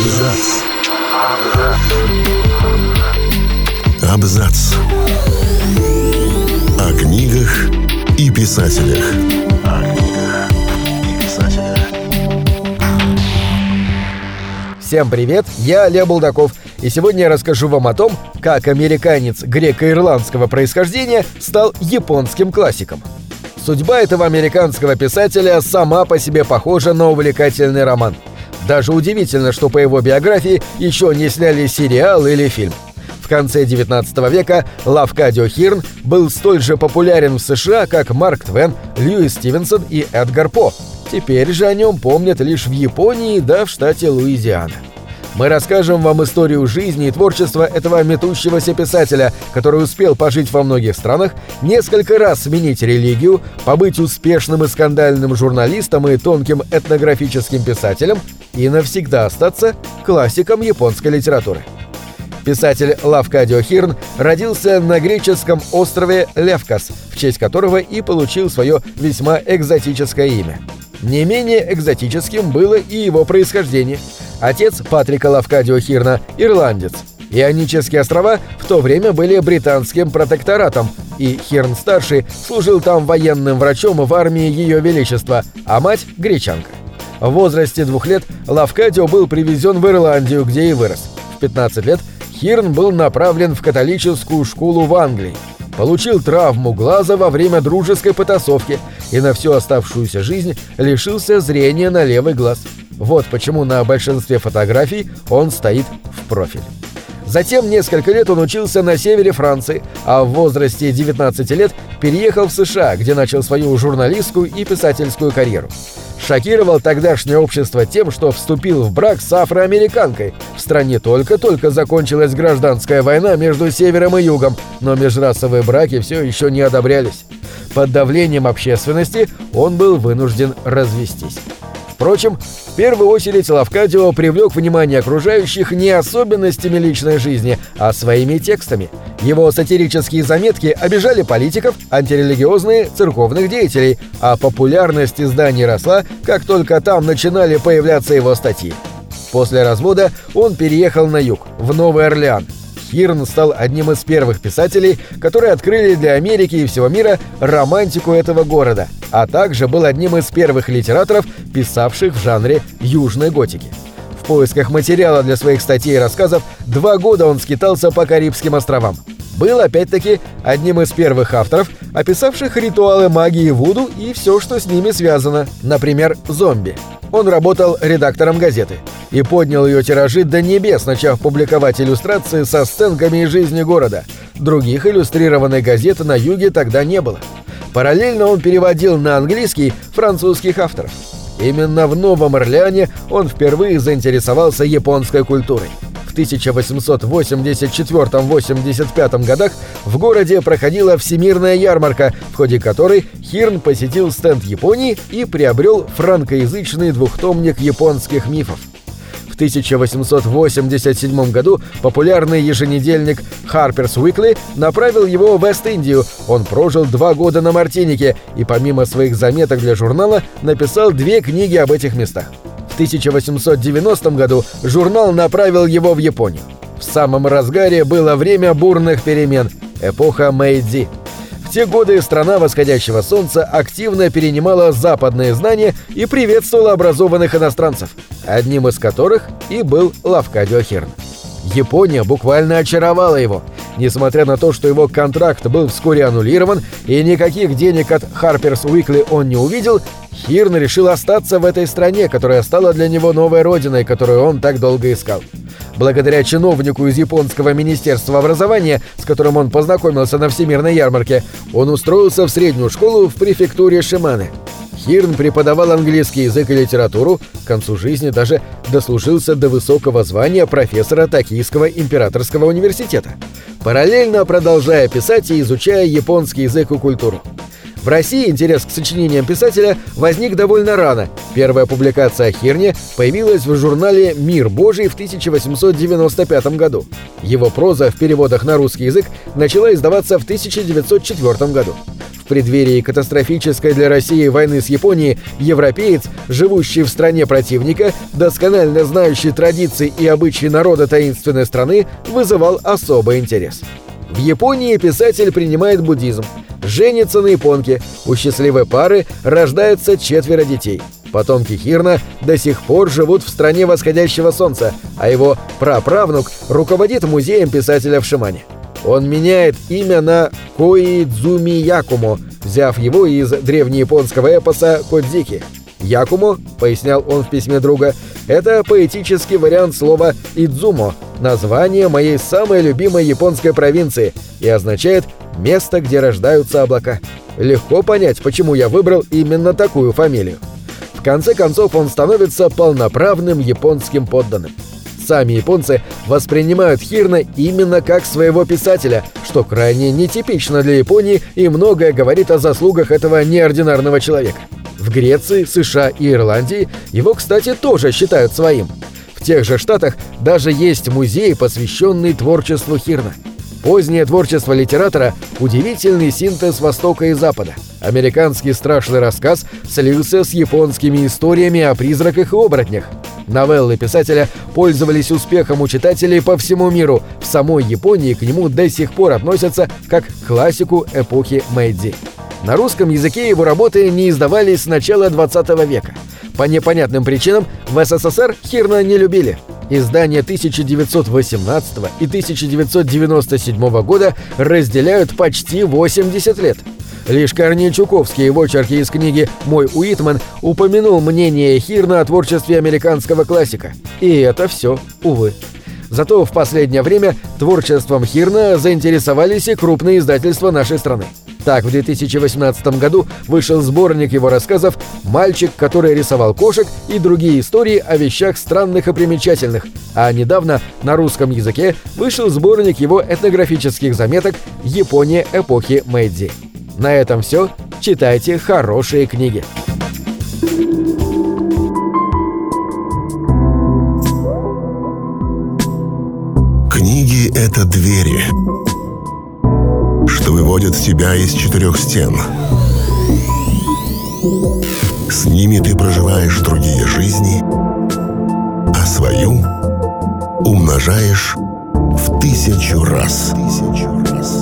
Абзац. Абзац. О книгах и писателях. Всем привет, я Олег Булдаков, и сегодня я расскажу вам о том, как американец греко-ирландского происхождения стал японским классиком. Судьба этого американского писателя сама по себе похожа на увлекательный роман. Даже удивительно, что по его биографии еще не сняли сериал или фильм. В конце XIX века Лавкадио Хирн был столь же популярен в США, как Марк Твен, Льюис Стивенсон и Эдгар По. Теперь же о нем помнят лишь в Японии да в штате Луизиана. Мы расскажем вам историю жизни и творчества этого метущегося писателя, который успел пожить во многих странах, несколько раз сменить религию, побыть успешным и скандальным журналистом и тонким этнографическим писателем и навсегда остаться классиком японской литературы. Писатель Лавкадио Хирн родился на греческом острове Левкос, в честь которого и получил свое весьма экзотическое имя. Не менее экзотическим было и его происхождение. Отец Патрика Лавкадио Хирна – ирландец. Ионические острова в то время были британским протекторатом, и Хирн-старший служил там военным врачом в армии Ее Величества, а мать – гречанка. В возрасте 2 лет Лавкадио был привезен в Ирландию, где и вырос. В 15 лет Хирн был направлен в католическую школу в Англии. Получил травму глаза во время дружеской потасовки и на всю оставшуюся жизнь лишился зрения на левый глаз. Вот почему на большинстве фотографий он стоит в профиль. Затем несколько лет он учился на севере Франции, а в возрасте 19 лет переехал в США, где начал свою журналистскую и писательскую карьеру. Шокировал тогдашнее общество тем, что вступил в брак с афроамериканкой. В стране только-только закончилась гражданская война между севером и югом, но межрасовые браки все еще не одобрялись. Под давлением общественности он был вынужден развестись. Впрочем, в первую очередь Лавкадио привлек внимание окружающих не особенностями личной жизни, а своими текстами. Его сатирические заметки обижали политиков, антирелигиозные, церковных деятелей, а популярность изданий росла, как только там начинали появляться его статьи. После развода он переехал на юг, в Новый Орлеан. Хирн стал одним из первых писателей, которые открыли для Америки и всего мира романтику этого города, а также был одним из первых литераторов, писавших в жанре южной готики. В поисках материала для своих статей и рассказов 2 года он скитался по Карибским островам. Был, опять-таки, одним из первых авторов, описавших ритуалы магии вуду и все, что с ними связано, например, зомби. Он работал редактором газеты и поднял ее тиражи до небес, начав публиковать иллюстрации со сценками из жизни города. Других иллюстрированных газет на юге тогда не было. Параллельно он переводил на английский французских авторов. Именно в Новом Орлеане он впервые заинтересовался японской культурой. В 1884-85 годах в городе проходила Всемирная ярмарка, в ходе которой Хирн посетил стенд Японии и приобрел франкоязычный 2-томник японских мифов. В 1887 году популярный еженедельник Harper's Weekly направил его в Вест-Индию. Он прожил 2 года на Мартинике и помимо своих заметок для журнала написал 2 книги об этих местах. В 1890 году журнал направил его в Японию. В самом разгаре было время бурных перемен, эпоха Мэйдзи. В те годы страна восходящего солнца активно перенимала западные знания и приветствовала образованных иностранцев, одним из которых и был Лавкадио Хирн. Япония буквально очаровала его. Несмотря на то, что его контракт был вскоре аннулирован и никаких денег от Harper's Weekly он не увидел, Хирн решил остаться в этой стране, которая стала для него новой родиной, которую он так долго искал. Благодаря чиновнику из японского министерства образования, с которым он познакомился на Всемирной ярмарке, он устроился в среднюю школу в префектуре Шимане. Хирн преподавал английский язык и литературу, к концу жизни даже дослужился до высокого звания профессора Токийского императорского университета, параллельно продолжая писать и изучая японский язык и культуру. В России интерес к сочинениям писателя возник довольно рано. Первая публикация о Хирне появилась в журнале «Мир Божий» в 1895 году. Его проза в переводах на русский язык начала издаваться в 1904 году. В преддверии катастрофической для России войны с Японией европеец, живущий в стране противника, досконально знающий традиции и обычаи народа таинственной страны, вызывал особый интерес. В Японии писатель принимает буддизм, женится на японке, у счастливой пары рождается 4 детей. Потомки Хирна до сих пор живут в стране восходящего солнца, а его праправнук руководит музеем писателя в Шимане. Он меняет имя на Коидзуми Якумо, взяв его из древнеяпонского эпоса «Кодзики». «Якумо», — пояснял он в письме друга, — это поэтический вариант слова «идзумо», название моей самой любимой японской провинции, и означает «место, где рождаются облака». Легко понять, почему я выбрал именно такую фамилию. В конце концов, он становится полноправным японским подданным. Сами японцы воспринимают Хирна именно как своего писателя, что крайне нетипично для Японии и многое говорит о заслугах этого неординарного человека. В Греции, США и Ирландии его, кстати, тоже считают своим. В тех же штатах даже есть музей, посвященный творчеству Хирна. Позднее творчество литератора – удивительный синтез Востока и Запада. Американский страшный рассказ слился с японскими историями о призраках и оборотнях. Новеллы писателя пользовались успехом у читателей по всему миру. В самой Японии к нему до сих пор относятся как к классику эпохи Мэйдзи. На русском языке его работы не издавались с начала 20 века. По непонятным причинам в СССР Хирна не любили. Издания 1918 и 1997 года разделяют почти 80 лет. Лишь Корней Чуковский в очерке из книги «Мой Уитман» упомянул мнение Хирна о творчестве американского классика. И это все, увы. Зато в последнее время творчеством Хирна заинтересовались и крупные издательства нашей страны. Так, в 2018 году вышел сборник его рассказов «Мальчик, который рисовал кошек» и другие истории о вещах странных и примечательных, а недавно на русском языке вышел сборник его этнографических заметок «Япония эпохи Мэйдзи». На этом все. Читайте хорошие книги. Книги — это двери, что выводят тебя из 4 стен. С ними ты проживаешь другие жизни, а свою умножаешь в 1000 раз.